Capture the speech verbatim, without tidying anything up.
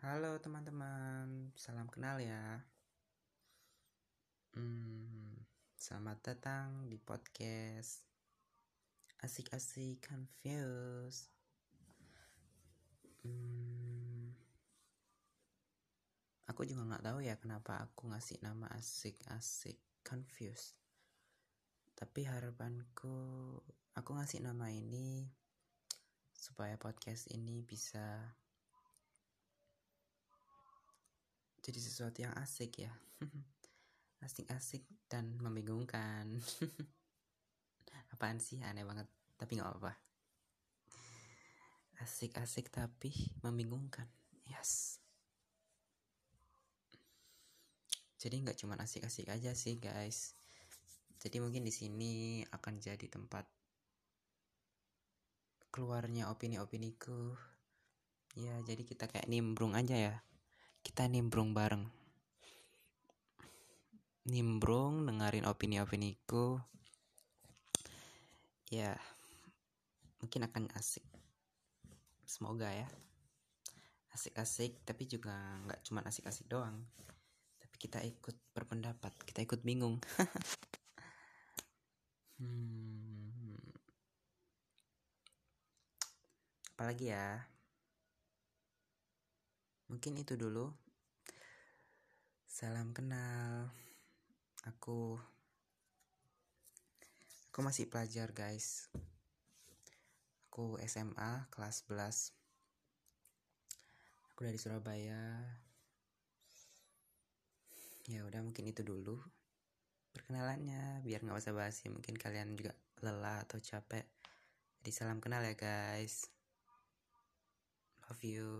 Halo teman-teman, salam kenal ya. Hmm, selamat datang di podcast Asik-asik Confused. Hmm, aku juga nggak tahu ya kenapa aku ngasih nama Asik-asik Confused. Tapi harapanku, aku ngasih nama ini supaya podcast ini bisa jadi sesuatu yang asik ya. Asik-asik dan membingungkan. Apaan sih, aneh banget. Tapi gak apa-apa. Asik-asik tapi membingungkan. Yes. Jadi gak cuma asik-asik aja sih guys. Jadi mungkin di sini akan jadi tempat keluarnya opini-opiniku. Ya jadi kita kayak nimbrung aja ya. Kita nimbrung bareng. Nimbrung dengerin opini-opiniku. Ya mungkin akan asik. Semoga ya. Asik-asik tapi juga gak cuma asik-asik doang. Tapi kita ikut berpendapat, kita ikut bingung. hmm. Apalagi ya? Mungkin itu dulu. Salam kenal. Aku Aku masih pelajar guys. Aku S M A kelas sebelas. Aku dari Surabaya. Ya udah mungkin itu dulu perkenalannya, biar nggak basa-basi. Mungkin kalian juga lelah atau capek. Jadi salam kenal ya guys. Love you.